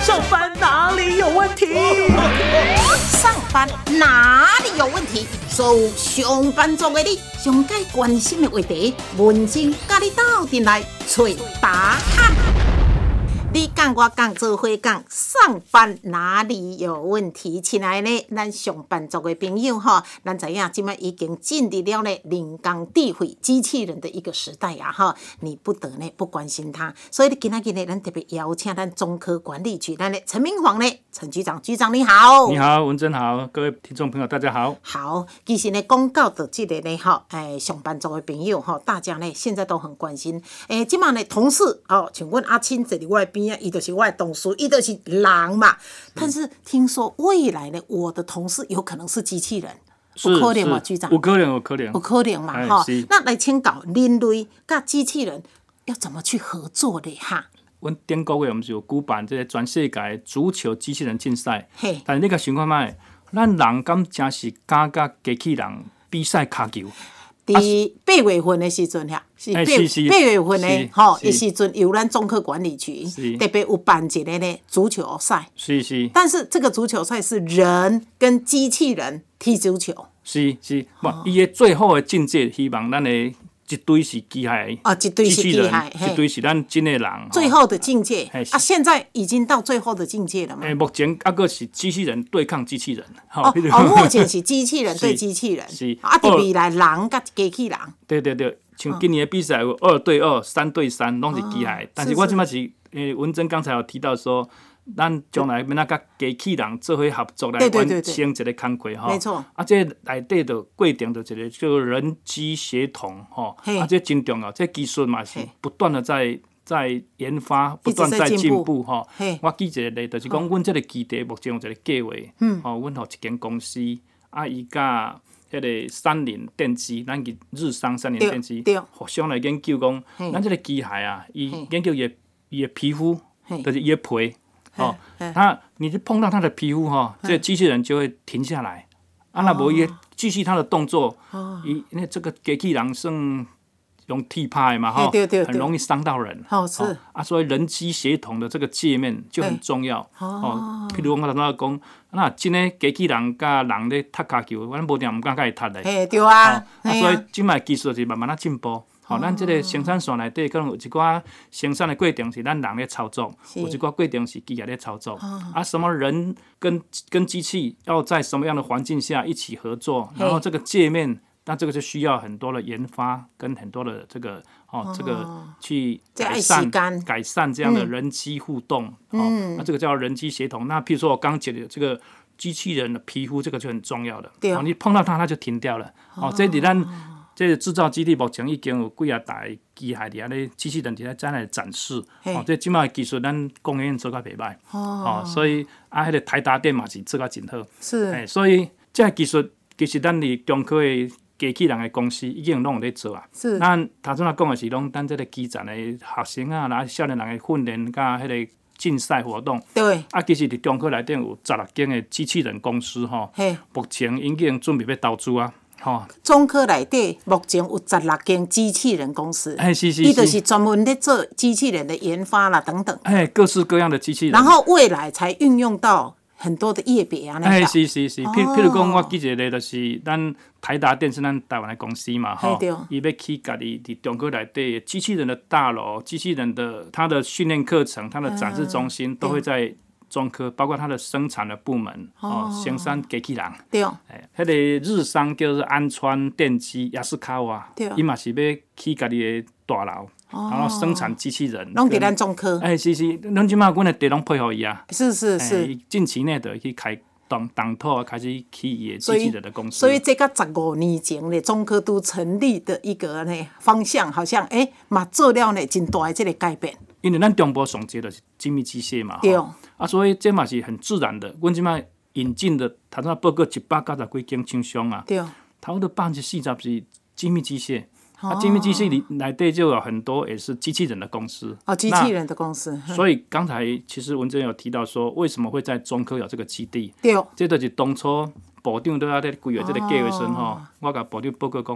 上班哪里有问题？ 上班哪里有问题？所有上班族的你，上该关心的话题，文静甲你斗阵来找答案。你讲我讲做伙讲，上班哪里有问题？亲爱的，咱上班族的朋友哈，咱知影现在已经进入了呢人工智慧机器人的一个时代呀哈，你不得呢不关心它。所以你今天呢，咱特别邀请咱中科管理局咱的陈明煌呢，陈局长，局长你好。 你好，文珍好，各位听众朋友大家好。 好，其实呢，讲到的这个呢，哈，上班族的朋友哈，大家呢现在都很关心。即马呢，同事哦，像阮阿青坐伫我的边啊，伊就是我的同事，伊就是人嘛。但是听说未来呢，我的同事有可能是机器人，有可能吗，局长？ 有可能嘛，哈。那来请教人类跟机器人要怎么去合作的哈？ 阮顶个月我们是有举办这个全世界足球机器人竞赛，但是你甲想看卖，咱人敢真是敢甲机器人比赛卡球？ 伫8月份的时阵呀，是8月份的吼，的时阵由咱中科管理局特别有办一个呢足球赛。 是。 但是这个足球赛是人跟机器人踢足球。 是，伊的最后的境界，希望咱的一堆是机械， 一堆是机械， 一堆是咱真的人。 最后的境界现在已经到最后的境界了嘛？ 目前还是机器人对抗机器人。 目前是机器人对机器人。 是。 伫未来人甲机器人。 对，像今年的比赛有2对2、3对3，拢是机械。但是我即摆是，文珍刚才有提到说，咱将来要甲机器人做伙合作来完成一个工作吼。 没错。 这内底就规定着一个叫人机协同吼。这真重要，这技术嘛是不断的在研发，不断在进步吼。我举一个例，就是讲，阮这个基地目前有一个计划，阮互一间公司，伊甲迄个三菱电机，咱日商三菱电机，互相来研究讲，咱这个机械啊，伊研究伊的皮肤，就是伊的皮。你碰到他的皮肤这个机器人就会停下来，那无伊继续他的动作，因为这个机器人算用踢拍嘛很容易伤到人。所以人机协同的这个界面就很重要。譬如我刚才讲，那真的机器人甲人咧踢骹球，咱无定唔敢甲伊踢咧。 对啊。 所以即卖技术是慢慢仔进步。咱这个生产线内底可能有一寡生产的过程是咱人咧操作，有一寡过程是机械咧操作。什么人跟机器要在什么样的环境下一起合作，然后这个界面，那这个就需要很多的研发跟很多的这个去改善这样的人机互动。那这个叫人机协同。那譬如说我刚讲的这个机器人的皮肤，这个就很重要的。你碰到它就停掉了。这伫咱这个制造基地目前已经有几台机械伫咧，机器人伫咧在那展示。这即卖技术咱工研院做甲袂歹。所以迄个台达电嘛是做甲真好。 是。 所以这技术其实咱伫中科的机器人的公司已经拢有咧做啊。 是。 咱头先讲的是拢咱这个基层的学生啊，然后少年人的训练甲迄个竞赛活动。 对。 其实伫中科内底有16间的机器人公司目前已经准备要投资啊。 中科内底目前有16间机器人公司， 伊就是专门咧做机器人的研发啦等等， 各式各样的机器人， 然后未来才运用到很多的业别啊。 是，譬如讲，我举一个例，就是咱台达电是咱台湾的公司嘛，伊要起家己伫中科内底机器人的大楼、机器人的它的训练课程、它的展示中心都会在中科，包括它的生产的部门，生产机器人。 对。 迄个日商叫做安川电机、雅斯卡瓦，伊嘛是要起家己的大楼，然后生产机器人。 拢伫咱中科。 是，咱即马阮的地拢配合伊啊。 是。 近期内就去开动土开始起伊的机器人的公司。 所以这个15年前呢，中科都成立的一个呢方向，好像嘛做了呢真大的这个改变。 因为咱中部上节就是精密机械嘛， 对。 所以这嘛是很自然的。阮即摆引进的，头先报告190几间厂商啊， 对。 差不多40%是精密机械。精密机械内底就有很多也是机器人的公司。 机器人的公司。 所以刚才其实文珍有提到说，为什么会在中科有这个基地？ 对。 这就是当初部长都在规划这个计划时我甲部长报告讲，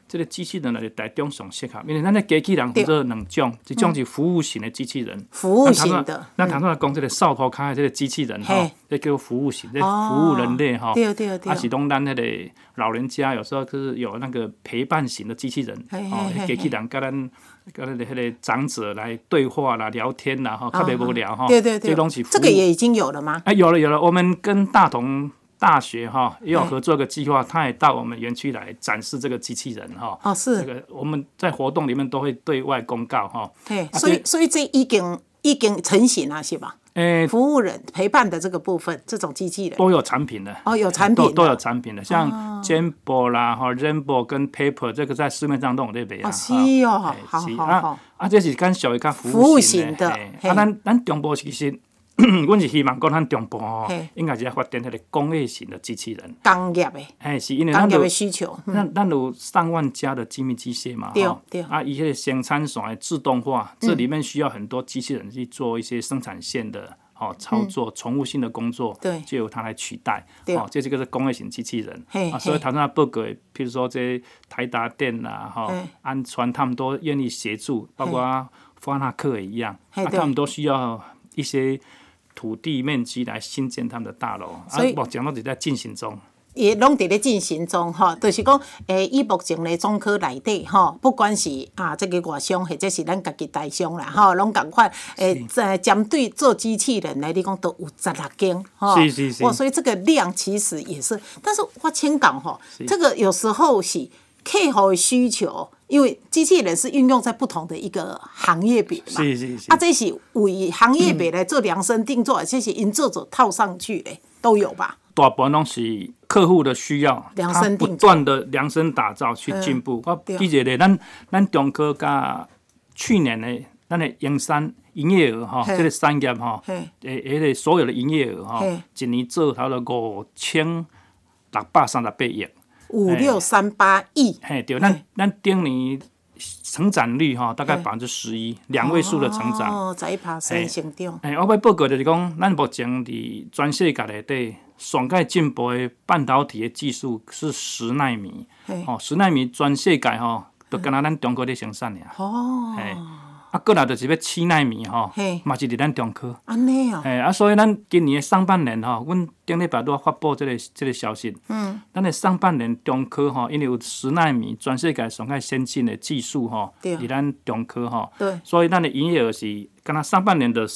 这个机器人是台中上适合，因为咱的机器人分做两种，一种是服务型的机器人， 服务型的。 咱常常讲这个扫涂骹的这个机器人哈，这叫服务型，这服务人类哈。 对对对。 啊，是讲咱那个老人家有时候就是有那个陪伴型的机器人，机器人跟咱那个长者来对话啦、聊天啦，哈，特别无聊哈。 对对对。这个也已经有了吗？ 有了，我们跟大同大学也有合作个计划，他也到我们园区来展示这个机器人哈。 哦，是。 这个我们在活动里面都会对外公告哈。 对，所以这已经成型了是吧？服务人陪伴的这个部分，这种机器人都有产品的。 有产品都有产品的，像 Jambo 啦、Rainbow 跟 Paper 这个在市面上都有在卖啊。 是哦，好。 这是较属于较服务型的。咱中部其实。阮是希望讲，咱中部应该是要发展迄个工业型的机器人。 工业的。 是因为工业的需求。 咱有上万家的精密机械嘛， 对。 伊迄个生产线的自动化，这里面需要很多机器人去做一些生产线的操作，重复性的工作，就由它来取代。这个是工业型机器人。所以头先报告的，譬如说这台达电啦、安川，他们都愿意协助，包括法纳克也一样，他们都需要一些土地面积来新建他们的大楼，目前都是在进行中。 也拢伫咧进行中就是讲，以目前咧中科内底不管是这个外商或者是咱家己台商啦拢共款，针对做机器人来，你讲都有16间是。 所以这个量其实也是，但是我请讲这个有时候是客户的需求。因为机器人是运用在不同的一个行业别嘛， 是。 这是为行业别来做量身定做，这是因做套上去的都有吧？ 大部分拢是客户的需要， 量身定做， 不断的量身打造去进步。我记者咧，咱中科甲去年的咱的营业额这个产业个所有的营业额一年做头了5638亿。 5638亿。 对，咱顶年成长率大概11%，两位数的成长。 11%成长。 我要报告就是讲，咱目前伫全世界内底上界进步的半导体的技术是10奈米。10奈米全世界就敢若咱中国咧生产尔。过来就是要7奈米嘛是伫咱中科。 安尼所以咱今年的上半年阮顶礼拜都发布这个消息。咱的上半年中科因为有10奈米全世界上界先进的技术伫咱中科所以咱的营业额是敢若上半年的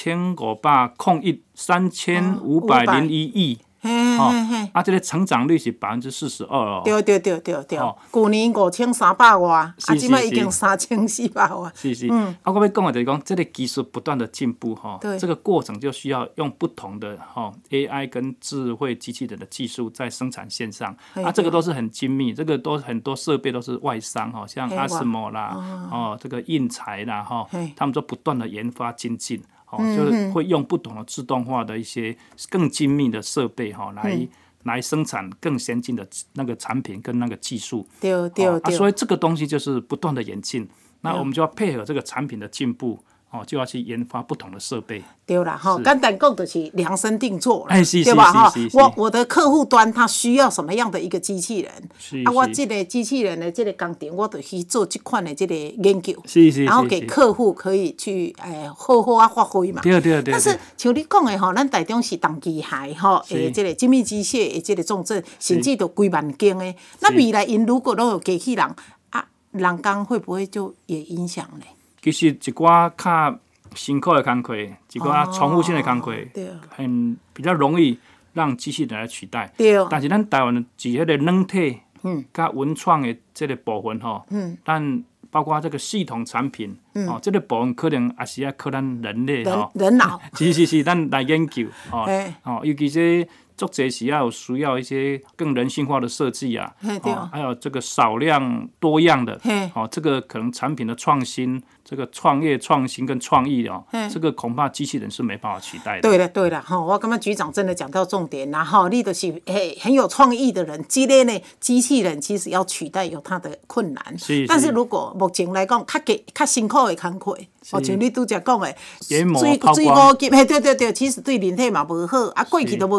3501亿。这个成长率是42%哦。 对。去年5300外，现在已经3400外。 是。我要讲的就是讲，这个技术不断的进步这个过程就需要用不同的AI 跟智慧机器人的技术在生产线上。这个都是很精密，这个都很多设备都是外商像阿斯摩啦，这个印材啦他们都不断的研发精进。就是会用不同的自动化的一些更精密的设备来生产更先进的那个产品跟那个技术。 对。 所以这个东西就是不断的演进，那我们就要配合这个产品的进步。就要去研发不同的设备。 对啦，简单讲就是量身定做啦， 对吧？我的客户端他需要什么样的一个机器人？我这个机器人的这个工程，我就去做这款的这个研究，然后给客户可以去好好发挥嘛。 对。 但是像你讲的咱台中是重机械这个精密机械的这个重镇，甚至都几万间的。那未来因如果都有机器人人工会不会就也影响呢？ 其实一寡较辛苦的工课，一寡重复性的工课，比较容易让机器人来取代。但是咱台湾是迄个软体甲文创的这个部分咱包括这个系统产品这个部分可能也是要靠咱人类人脑， 是咱来研究尤其是做这是要需要一些更人性化的设计还有这个少量多样的这个可能产品的创新，这个创业创新跟创意这个恐怕机器人是没办法取代的。 对了我感觉局长真的讲到重点啦你就是很有创意的人，这个呢机器人其实要取代有它的困难，但是如果目前来讲较辛苦的工课像你拄则讲的水污对，其实对人体嘛无好过去都无机器人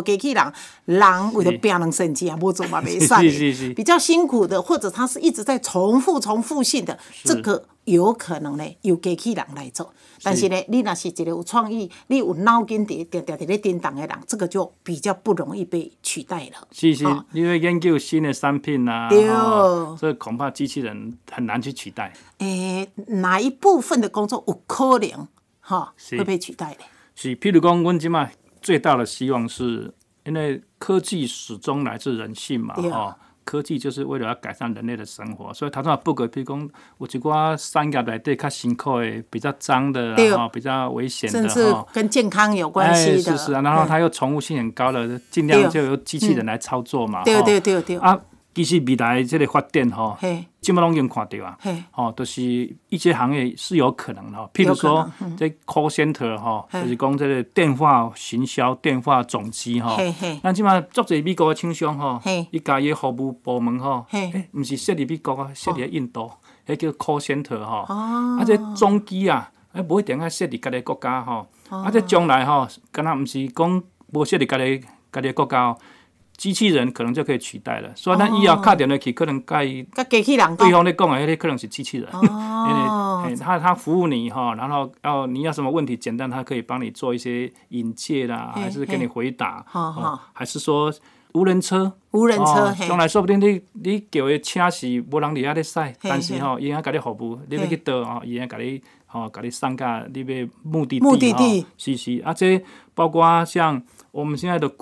人，人为了拼两生钱也无做嘛袂使。比较辛苦的，或者他是一直在重复性的，这个有可能呢由机器人来做。但是呢，你若是一个有创意、你有脑筋在咧叮当的人，这个就比较不容易被取代了。 是，因为研究新的产品啊，这恐怕机器人很难去取代。 哪一部分的工作有可能会被取代的？ 是，譬如讲，阮即马最大的希望是，因为科技始终来自人性嘛，科技就是为了要改善人类的生活，所以头先不过，譬如讲有一寡产业内底较辛苦的、比较脏的，比较危险的， 甚至跟健康有关系的。 是啊，然后它又重复性很高的，尽量就由机器人来操作嘛。 对。 啊，其实未来这个发展基本拢已经看到啊，就是一些行业是有可能的，譬如说这 call center 就是讲这个电话行销、电话总机咱即马足侪美国的厂商伊家己的服务部门毋是设伫美国啊，设伫印度，迄叫 call center 啊，这总机啊，无一定要设伫家己国家啊，这将来敢若毋是讲无设伫家己国家。机器人可能就可以取代了，所以咱以后打电话去，可能甲机器人对方咧讲的，迄个可能是机器人，因为他服务你然后你要什么问题，简单他可以帮你做一些引介啦，还是给你回答，还是说无人车，将来说不定你叫的车是无人伫遐咧驶，但是伊会甲你服务，你要去倒伊会甲你送到你的目的地，是啊，这包括像我们现在的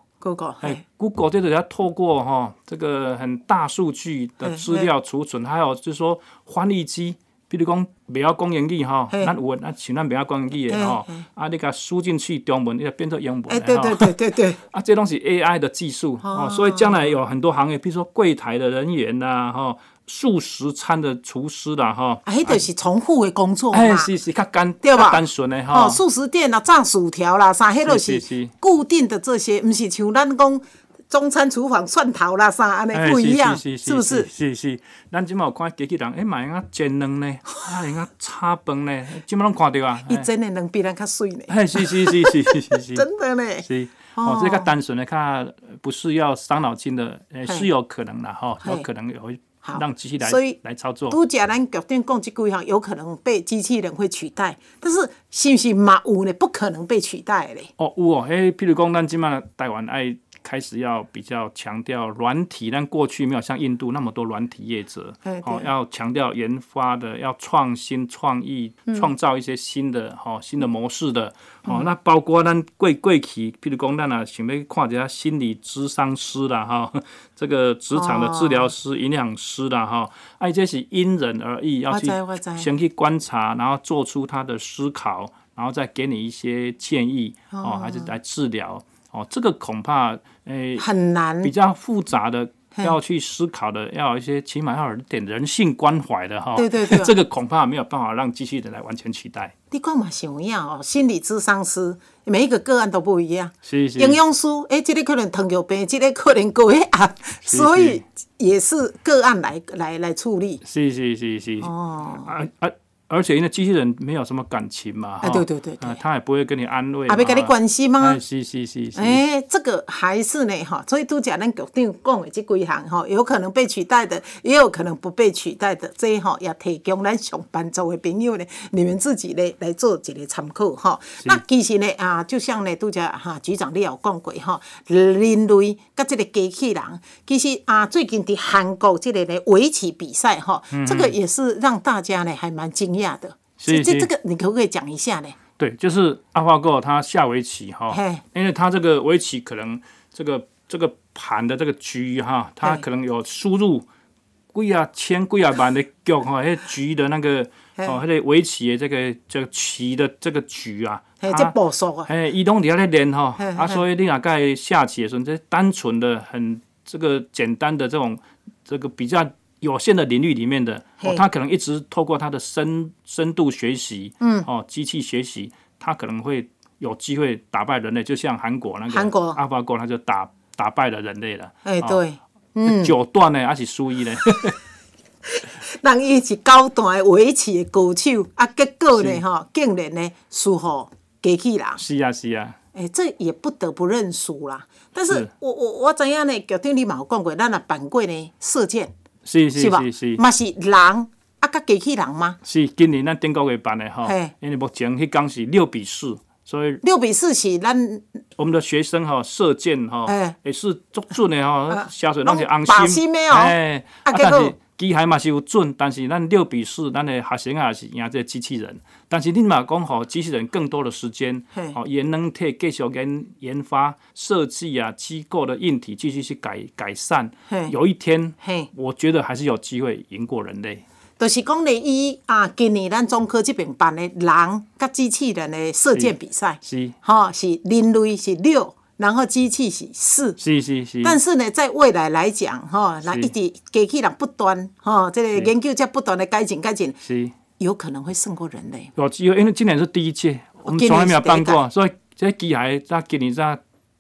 Google 这个要透过这个很大数据的资料储存，还有就是说翻译机，比如讲不要讲英语咱有像咱不要讲英语的你甲输进去中文，它变成英文。 对。 这都是 AI 的技术所以将来有很多行业，比如说柜台的人员啦素食餐的厨师啦迄就是重复的工作嘛。 是较单纯的素食店啦、炸薯条啦啥，迄就是固定的这些，毋是像咱讲中餐厨房蒜头啦啥安尼不一样，是不是？ 是，咱即马有看机器人，嘛会晓煎蛋呢，会晓炒饭呢，即马拢看到啊。 伊煎的蛋比咱较水呢。 是， 真的呢。 是，这较单纯的，较不是要伤脑筋的，是有可能的有可能有。让机器来操作。 拄则咱局长讲这几项有可能被机器人会取代，但是是不是嘛有呢？不可能被取代嘞。 有譬如讲咱即马台湾爱开始要比较强调软体，但过去没有像印度那么多软体业者，要强调研发的，要创新创意，创造一些新的模式的，那包括咱过去，譬如讲咱也想要看一下心理咨商师啦，这个职场的治疗师、营养师啦，这是因人而异，要去先去观察，然后做出他的思考，然后再给你一些建议，还是来治疗。这个恐怕很难， 比较复杂的，要去思考的，要有一些起码要有一点人性关怀的对， 这个恐怕没有办法让机器人来完全取代。 你讲嘛是有影心理咨商师每一个个案都不一样， 是营养师这个可能糖尿病，这个可能高血压，所以也是个案来处理。 是而且因为机器人没有什么感情嘛， 对， 他也不会跟你安慰， 也不跟你关心吗？ 是， 这个还是呢所以拄则咱局长讲的这几项有可能被取代的，也有可能不被取代的，这也提供咱上班族的朋友呢，你们自己来做一个参考那其实呢就像呢拄则局长你也有讲过人类跟这个机器人，其实最近在韩国这个呢围棋比赛这个也是让大家呢还蛮惊讶的。这个你可不可以讲一下呢？ 对，就是 AlphaGo 他下围棋因为他这个围棋可能这个盘的这个局他可能有输入几啊千几啊万的局那局的那个那个围棋的这个棋的这个局这步数他都在练所以你若跟下棋的时候，这单纯的很这个简单的这个比较有限的领域里面的他可能一直透过他的深度学习机器学习，他可能会有机会打败人类，就像韩国那个 AlphaGo 他就打败了人类了。 对 9段呢还是输伊呢人伊是高段的围棋的高手结果呢竟然呢输给机器人。 是啊这也不得不认输啦。但是我知影呢，局长你嘛有讲过，咱也办过呢射箭， 是吧？嘛是人啊，甲机器人吗？ 是今年咱顶个月办的哈，因为目前迄天是6:4，所以 6:4是咱我们的学生哈射箭哈，也是足准的哈，下水拢是红靶心心的哦， 但是机械嘛是有准，但是咱6:4，咱的学生也是赢这个机器人。但是你嘛讲吼，机器人更多的时间，也能替继续研发、设计啊，机构的硬体继续去改善。有一天，我觉得还是有机会赢过人类。 就是讲咧，今年咱中科这边办的人甲机器人的射箭比赛，是人类是6。然后机器是4， 是。 但是呢，在未来来讲，那一直机器人不断，这个研究在不断的改进，是有可能会胜过人类。 有机会，因为今年是第一届，我们从来没有办过，所以这机械在今年才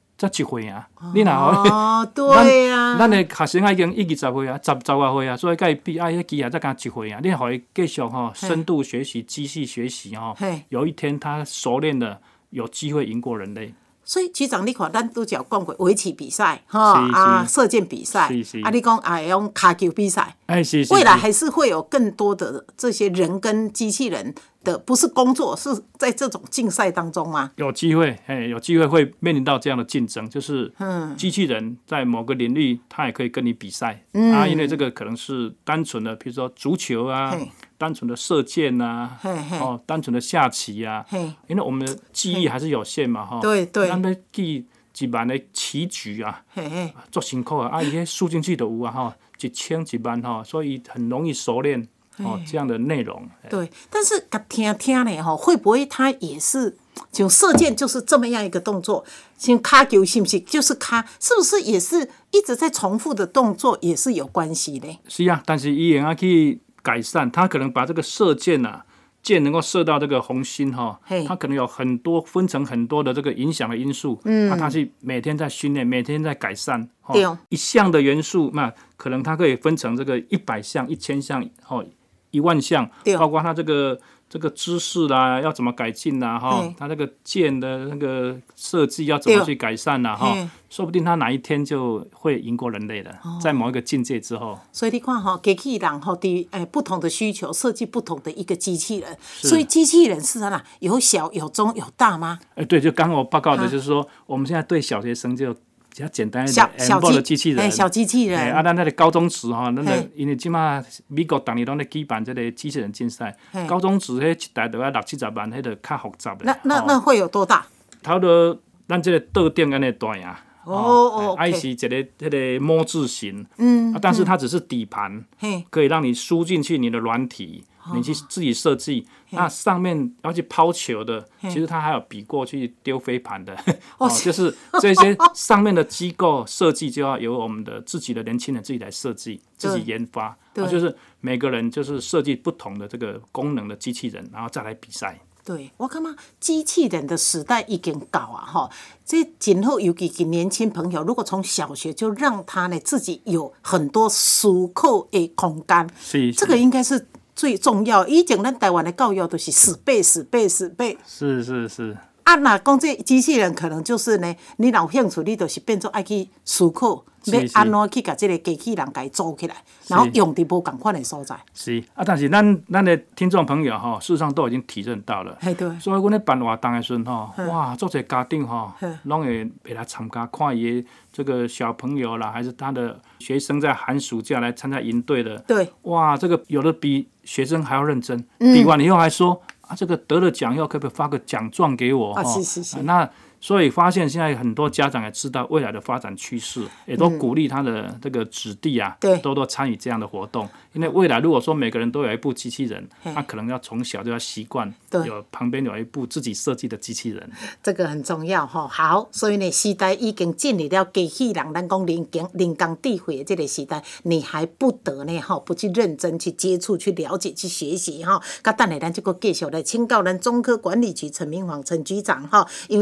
1岁啊。你若对啊， 咱的学生已经20岁啊，10多岁啊，所以甲伊比，迄机械才刚1岁啊。你互伊继续深度学习、机器学习有一天他熟练的，有机会赢过人类。 所以局长，你看，咱都有讲过围棋比赛，射箭比赛，你讲用卡球比赛，未来还是会有更多的这些人跟机器人的，不是工作，是在这种竞赛当中吗？ 有机会，有机会会面临到这样的竞争，就是机器人在某个领域，它也可以跟你比赛因为这个可能是单纯的，比如说足球啊。单纯的射箭啊，单纯的下棋啊，因为我们的记忆还是有限嘛， 对， 咱要记1万的棋局啊，足辛苦啊，伊迄输进去就有啊，1000、1万所以很容易熟练这样的内容。 对，但是听呢会不会它也是像射箭就是这么样一个动作，像卡球是不是就是是不是也是一直在重复的动作也是有关系的？ 是啊，但是伊用啊去改善，他可能把这个射箭箭能够射到这个红心它可能有分成很多的这个影响的因素，它是每天在训练，每天在改善一项的元素，那可能它可以分成这个100项、1000项、10000项，包括它这个姿势啦，要怎么改进啦它这个箭的那个设计要怎么去改善啦说不定他哪一天就会赢过人类的，在某一个境界之后。 所以你看机器人不同的需求设计不同的一个机器人，所以机器人是有小有中有大吗？ 对，就刚刚我报告的就是说，我们现在对小学生就比较简单一点，M-Ball 的机器人， 小机器人。 咱那个高中职因为即马美国当年拢咧举办这个机器人竞赛，高中职迄一台就要60-70万，迄就较复杂的。 那会有多大？ 差不多咱这个桌顶安尼大呀。是一个迄个摸字形，但是它只是底盘，可以让你输进去你的软体，你去自己设计。那上面要去抛球的，其实它还有比过去丢飞盘的，就是这些上面的机构设计就要由我们的自己的年轻人自己来设计，自己研发，就是每个人就是设计不同的这个功能的机器人，然后再来比赛。 对，我感觉机器人的时代已经到啊，这今后尤其是年轻朋友，如果从小学就让他呢自己有很多思考的空间，这个应该是最重要。以前咱台湾的教育都是死背。是。若讲这机器人可能就是呢，你若有兴趣，你就是变做爱去思考。要安怎去把这个机器人给做起来，然后用在无同款的所在。 是但是咱的听众朋友事实上都已经体认到了。所以阮咧办活动的时阵哇，足侪家长拢会来参加，看伊的这个小朋友啦，还是他的学生在寒暑假来参加营队的。 对， 哇，这个有的比学生还要认真，比完以后还说这个得了奖以后可不可以发个奖状给我？ 是。 那所以发现现在很多家长也知道未来的发展趋势，也都鼓励他的这个子弟多参与这样的活动。因为未来如果说每个人都有一部机器人，他可能要从小就要习惯旁边有一部自己设计的机器人， 这个很重要好，所以呢，时代已经进入了机器人，咱讲人工智慧的这个时代，你还不得呢不去认真去接触、去了解、去学习等下咱这个继续来请教咱中科管理局陈明煌陈局长因为呢，在咱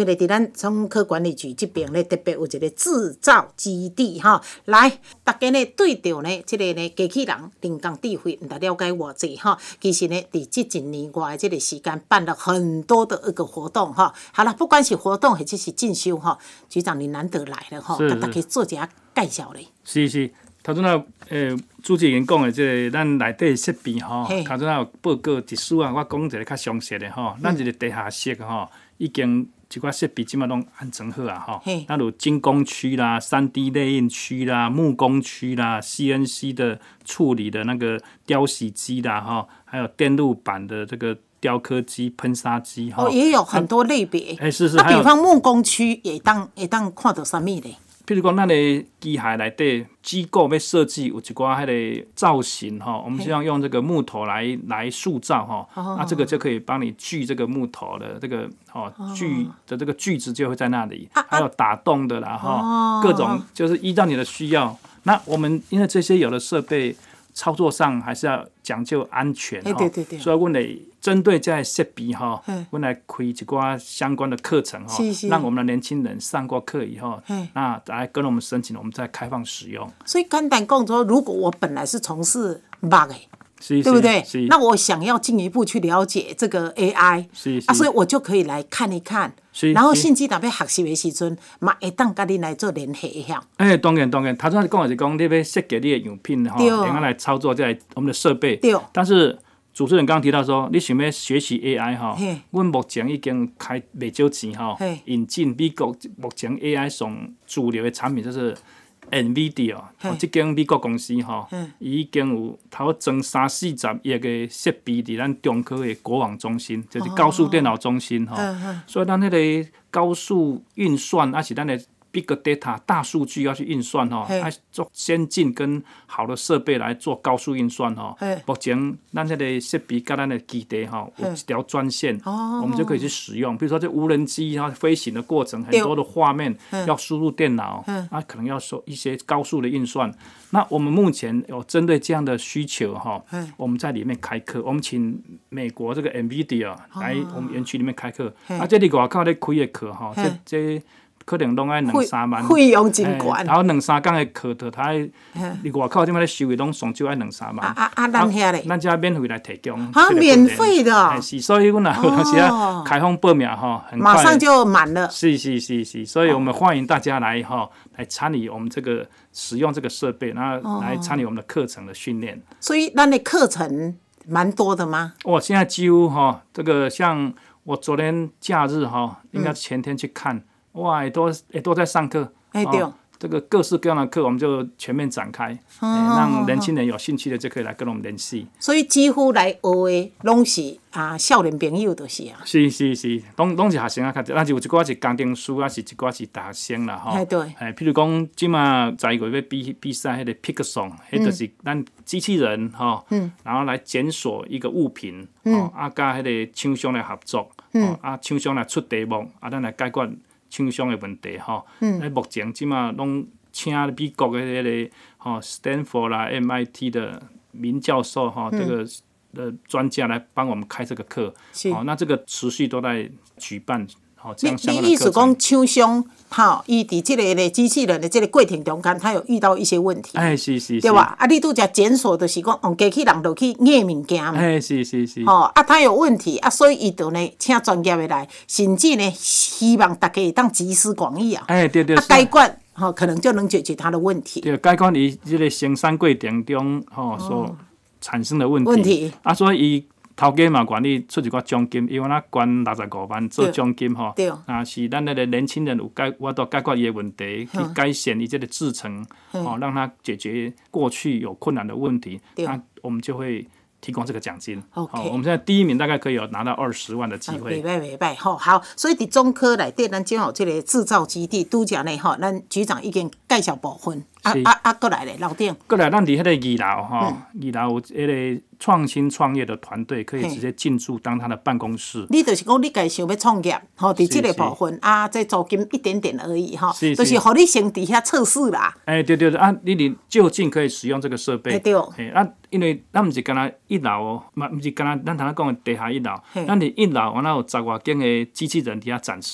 咱中科管理局这边呢，特别有一个制造基地哈，来，大家呢对着呢这个呢机器人人工智慧，唔了解偌济哈。其实呢，伫这一年外这个时间办了很多的一个活动哈。好了，不管是活动或者是进修哈，局长你难得来了哈，给大家做一下介绍咧。 是。头先啊，主持人讲的这个咱内底设备吼，头先有报告一丝啊，我讲一个较详细的吼。咱一个地下室吼，已经一寡设备即马拢安装好啊吼。咱有精工区啦、3D 列印区啦、木工区啦、CNC 的处理的那个雕洗机啦吼，还有电路板的这个雕刻机、喷砂机哈。 也有很多类别。 是。 那比方木工区会当看到啥物咧？ 譬如讲，咱的机械内底机构要设计有一寡迄个造型哈，我们希望用这个木头来塑造哈，那这个就可以帮你锯这个木头的这个锯的这个锯子就会在那里，还有打洞的啦哈，各种就是依照你的需要。那我们因为这些有的设备操作上还是要讲究安全哈， 对， 所以我们针对这些设备哈，我们来开一寡相关的课程哈，让我们的年轻人上过课以后，那来跟我们申请，我们再开放使用。 所以简单讲说，如果我本来是从事木的，对不对？那我想要进一步去了解这个 AI， 所以我就可以来看一看。然后甚至若要学习的时阵，嘛会当甲你来做联系一当然，头先讲的是讲你要设计你的样品吼，然后来操作这我们的设备。但是主持人刚刚提到说，你想要学习 AI 哈，阮目前已经开袂少钱哈，引进美国目前 AI 上主流的产品就是 NVIDIA 这间美国公司哈，已经有头装30-40亿的设备伫咱中科的国网中心，就是高速电脑中心哈，所以咱迄个高速运算，还是咱的 Big Data 大数据要去运算哈，要做先进跟好的设备来做高速运算哈。目前咱这个设备跟咱的基地哈有一条专线，我们就可以去使用。比如说这无人机它飞行的过程，很多的画面要输入电脑，可能要做一些高速的运算。那我们目前有针对这样的需求哈，我们在里面开课，我们请美国这个 NVIDIA 来我们园区里面开课，这里外口咧开的课哈，这可能拢爱2-3万， 费用真高。 然后2-3天的课堂，他你外口即摆咧收的拢上少爱2-3万。 咱遐咧， 咱遮免费来提供。 免费的。 是，所以阮若有当时啊开放报名吼，很快马上就满了。 是，所以我们欢迎大家来来参与我们这个使用这个设备，然后来参与我们的课程的训练。 所以咱的课程蛮多的吗？ 现在几乎这个像我昨天假日应该前天去看。哇，也都在上课， 对， 这个各式各样的课，我们就全面展开，让年轻人有兴趣的就可以来跟我们联系。 所以几乎来学的拢是少年朋友，就是啊。 是，拢是学生啊，但是有一寡是工程师啊，是一寡是大学生啦， 对。 譬如讲，即马10月要比赛迄个 Pixel， 迄就是咱机器人然后来检索一个物品，甲迄个厂商来合作，厂商来出题目，咱来解决厂商的问题目前即马拢请美国的迄个Stanford 啦、MIT 的名教授这个的专家来帮我们开这个课，那这个持续都在举办。 你意思讲厂商伊伫这个机器人的这个过程中间，他有遇到一些问题， 是， 对吧？你拄则检索就是讲用机器人落去验物件嘛， 是， 他有问题所以伊就呢请专业的来，甚至呢希望大家会当集思广益对， 解决可能就能解决他的问题， 对，解决伊这个生产过程中所产生的问题所以伊头家嘛，管你出一寡奖金，伊原来捐65万做奖金是咱那个年轻人有法度解决伊的问题，去改善伊这个制程让他解决过去有困难的问题，那我们就会提供这个奖金。我们现在第1名大概可以有拿到20万的机会。 袂歹好，所以伫中科内底，咱正好这个制造基地拄则呢咱局长已经介绍部分。过来咧，楼顶。 过来，咱伫迄个2楼有迄个创新创业的团队，可以直接进驻当他的办公室。 你就是讲，你家想要创业，伫这个部分这租金一点点而已就是互你先伫遐测试啦。 对，你就近可以使用这个设备。 对。 因为咱毋是干那1楼嘛，毋是干那咱头先讲的地下1楼，咱伫1楼，然后有10外间的机器人伫遐展示。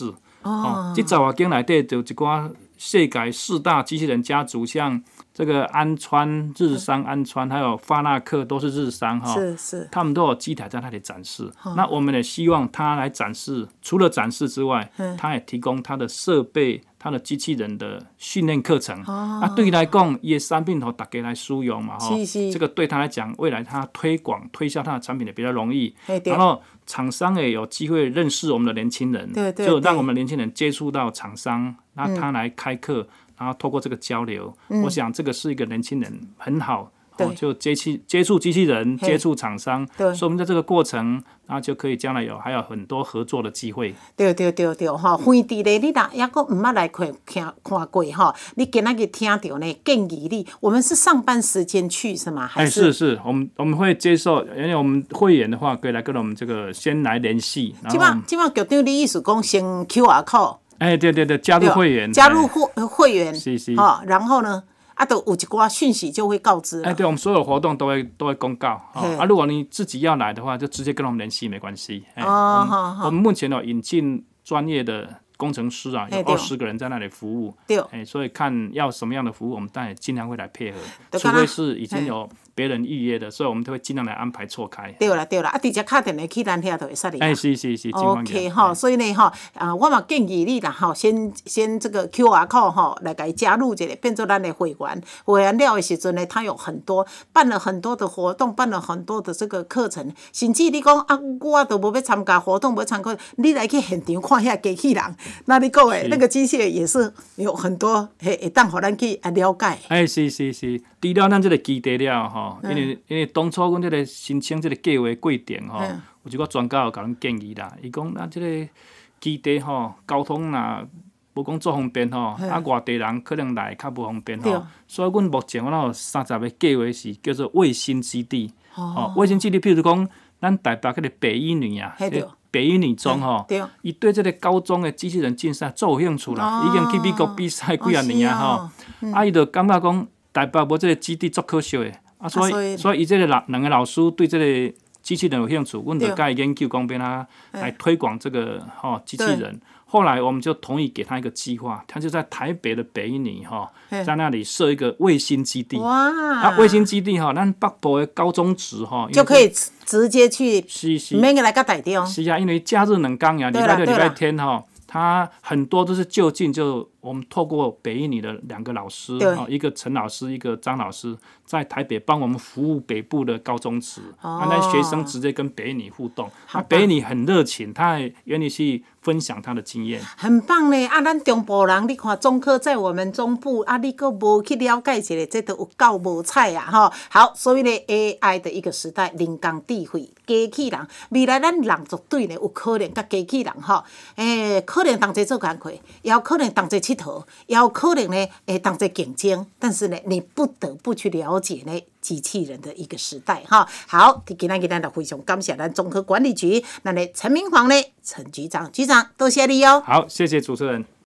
这十外间内底就一寡世界4大机器人家族，像这个安川、日商安川，还有发那克，都是日商哈。 是。 他们都有机台在那里展示。那我们也希望他来展示，除了展示之外，他也提供他的设备、他的机器人的训练课程。对他来讲，伊的产品大家来使用嘛，这个对他来讲，未来他推广推销他的产品也比较容易。然后厂商也有机会认识我们的年轻人，就让我们年轻人接触到厂商，那他来开课，然后透过这个交流，我想这个是一个年轻人很好。就接触机器人，接触厂商，说明在这个过程，然后就可以将来还有很多合作的机会。 对哈，园地咧，你若还阁唔捌来看过哈，你今仔日听到呢，建议你，我们是上班时间去是吗？还是？ 是，我们会接受，因为我们会员的话，可以来跟我们这个先来联系。 基本局长，你意思讲先 QR code？ 对，加入会员， 加入会员， 是， 然后呢？都有一寡讯息就会告知了。 对，我们所有活动都会公告。如果你自己要来的话，就直接跟我们联系，没关系。我们目前引进专业的工程师啊，有20个人在那里服务。所以看要什么样的服务，我们当然尽量会来配合。除非是已经有别人预约的，所以我们都会尽量来安排错开。 对啦，直接打电话去咱遐就会使哩。 是。 OK 所以呢我嘛建议你啦先这个 QR code 来给加入一下，变做咱的会员。会员了的时阵呢，他有办了很多的活动，办了很多的这个课程，甚至你讲我都无要参加活动，无参加，你来去现场看遐机器人，那你讲的那个机器人也是有很多会当互咱去了解。 是。除了咱这个基地了因为当初阮这个申请这个计划过程有一个专家有甲咱建议啦，伊讲咱这个基地交通无讲做方便外地人可能来较无方便所以阮目前有30个计划是叫做卫星基地。卫星基地，譬如讲咱台北迄个北一女啊，北一女中伊对这个高中的机器人竞赛做有兴趣啦，已经去美国比赛几啊年伊就感觉讲台北无这个基地足可惜的所以伊这个两个老师对这个机器人有兴趣，阮就甲伊研究讲变来推广这个机器人。后来我们就同意给他一个计划，他就在台北的北一女在那里设一个卫星基地。卫星基地咱北部的高中职就可以直接去，免来到台中。 是啊，因为假日2天呀，礼拜六、礼拜天它很多都是就近，就我们透过北一女的2个老师，一个陈老师，一个张老师，在台北帮我们服务北部的高中职，那学生直接跟北一女互动，北一女很热情，他也愿意去分享他的经验， 很棒呢。咱中部人，你看中科在我们中部，你阁无去了解一下，这都有够无彩啊！好，所以呢 ，AI 的一个时代，人工智慧，机器人，未来咱人绝对呢有可能甲机器人可能同齐做工课，也有可能同齐佚佗，也有可能呢同齐竞争。但是呢，你不得不去了解呢机器人的一个时代好，今天咱就非常感谢咱中科管理局咱的陈明煌呢陈局长，多谢你哦。 好，谢谢主持人。